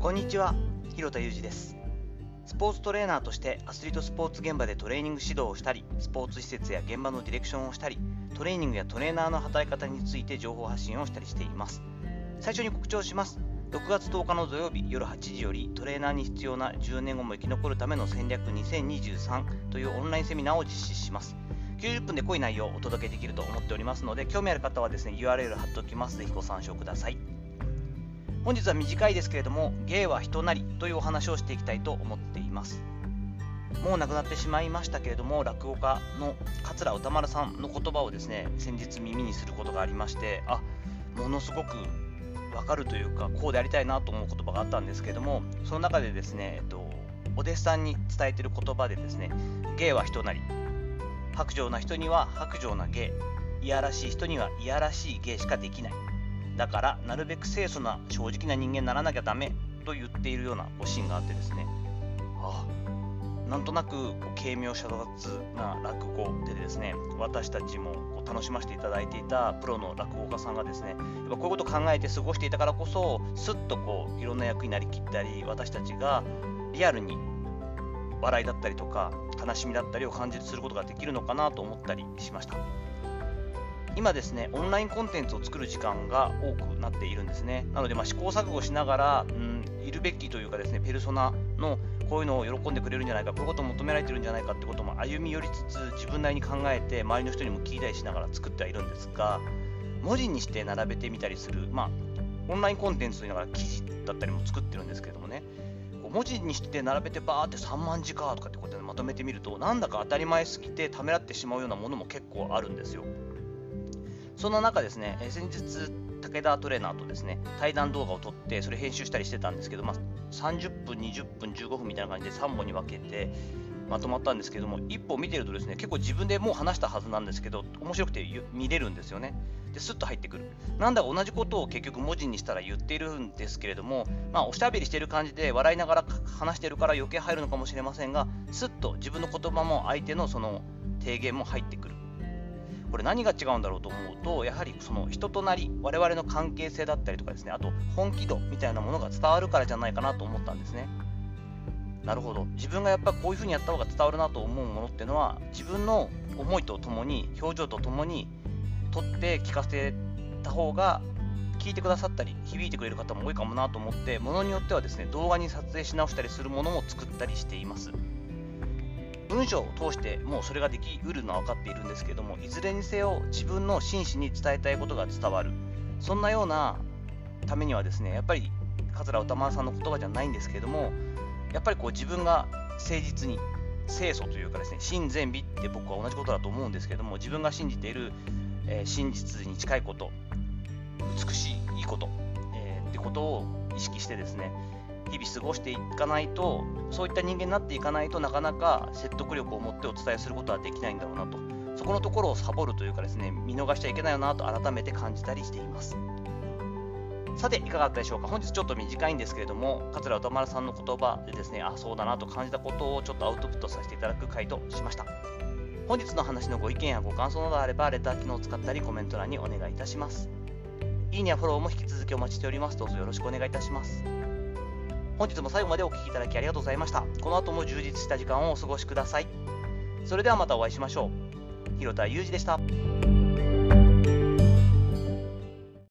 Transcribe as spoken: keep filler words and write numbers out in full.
こんにちは、広田裕二です。スポーツトレーナーとしてアスリートスポーツ現場でトレーニング指導をしたり、スポーツ施設や現場のディレクションをしたり、トレーニングやトレーナーの働き方について情報発信をしたりしています。最初に告知をします。ろくがつとおかの土曜日夜はちじよりトレーナーに必要なじゅうねんごも生き残るための戦略にせんにじゅうさんというオンラインセミナーを実施します。きゅうじゅっぷんで濃い内容をお届けできると思っておりますので、興味ある方はですね ユーアールエル 貼っておきます。ぜひご参照ください。本日は短いですけれども、芸は人なりというお話をしていきたいと思っています。もう亡くなってしまいましたけれども、落語家の桂歌丸さんの言葉をですね、先日耳にすることがありまして、あ、ものすごくわかるというか、こうでありたいなと思う言葉があったんですけれども、その中でですね、えっと、お弟子さんに伝えている言葉でですね、芸は人なり、薄情な人には薄情な芸、いやらしい人にはいやらしい芸しかできない。だからなるべく清楚な正直な人間にならなきゃダメと言っているようなごシーンがあってですね、ああ、なんとなく軽妙洒脱な落語でですね、私たちも楽しませていただいていたプロの落語家さんがですね、やっぱこういうことを考えて過ごしていたからこそ、スッとこういろんな役になりきったり、私たちがリアルに笑いだったりとか悲しみだったりを感じすることができるのかなと思ったりしました。今ですね、オンラインコンテンツを作る時間が多くなっているんですね。なので、まあ、試行錯誤しながら、うん、いるべきというかですね、ペルソナのこういうのを喜んでくれるんじゃないか、こういうことを求められているんじゃないかってことも歩み寄りつつ、自分なりに考えて、周りの人にも聞いたりしながら作ってはいるんですが、文字にして並べてみたりする、まあ、オンラインコンテンツといいながら記事だったりも作ってるんですけれどもね、文字にして並べてバーってさんまんじかとかってことでまとめてみると、なんだか当たり前すぎてためらってしまうようなものも結構あるんですよ。その中ですね、先日武田トレーナーとですね対談動画を撮ってそれ編集したりしてたんですけど、まあ、さんじゅっぷん、にじゅっぷん、じゅうごふんみたいな感じでさんぼんに分けてまとまったんですけども、いっぽん見てるとですね、結構自分でもう話したはずなんですけど、面白くて見れるんですよね。で、スッと入ってくる。なんだか同じことを結局文字にしたら言っているんですけれども、まあ、おしゃべりしている感じで笑いながら話しているから余計入るのかもしれませんが、スッと自分の言葉も相手のその提言も入ってくる。これ何が違うんだろうと思うと、やはりその人となり、我々の関係性だったりとかですね、あと本気度みたいなものが伝わるからじゃないかなと思ったんですね。なるほど、自分がやっぱこういうふうにやった方が伝わるなと思うものっていうのは、自分の思いとともに、表情とともに取って聞かせた方が聞いてくださったり響いてくれる方も多いかもなと思って、ものによってはですね、動画に撮影し直したりするものも作ったりしています。文章を通してもうそれができうるのは分かっているんですけれども、いずれにせよ自分の真摯に伝えたいことが伝わる、そんなようなためにはですね、やっぱり桂歌丸さんの言葉じゃないんですけれども、やっぱりこう自分が誠実に、清楚というかですね、真善美って僕は同じことだと思うんですけれども、自分が信じている、えー、真実に近いこと、美しいいいこと、えー、ってことを意識してですね、日々過ごしていかないと、そういった人間になっていかないとなかなか説得力を持ってお伝えすることはできないんだろうなと、そこのところをサボるというかですね、見逃しちゃいけないよなと改めて感じたりしています。さていかがだったでしょうか。本日ちょっと短いんですけれども、桂歌丸さんの言葉でですね、あ、そうだなと感じたことをちょっとアウトプットさせていただく回としました。本日の話のご意見やご感想などあれば、レター機能を使ったりコメント欄にお願いいたします。いいねやフォローも引き続きお待ちしております。どうぞよろしくお願いいたします。本日も最後までお聞きいただきありがとうございました。この後も充実した時間をお過ごしください。それではまたお会いしましょう。広田裕二でした。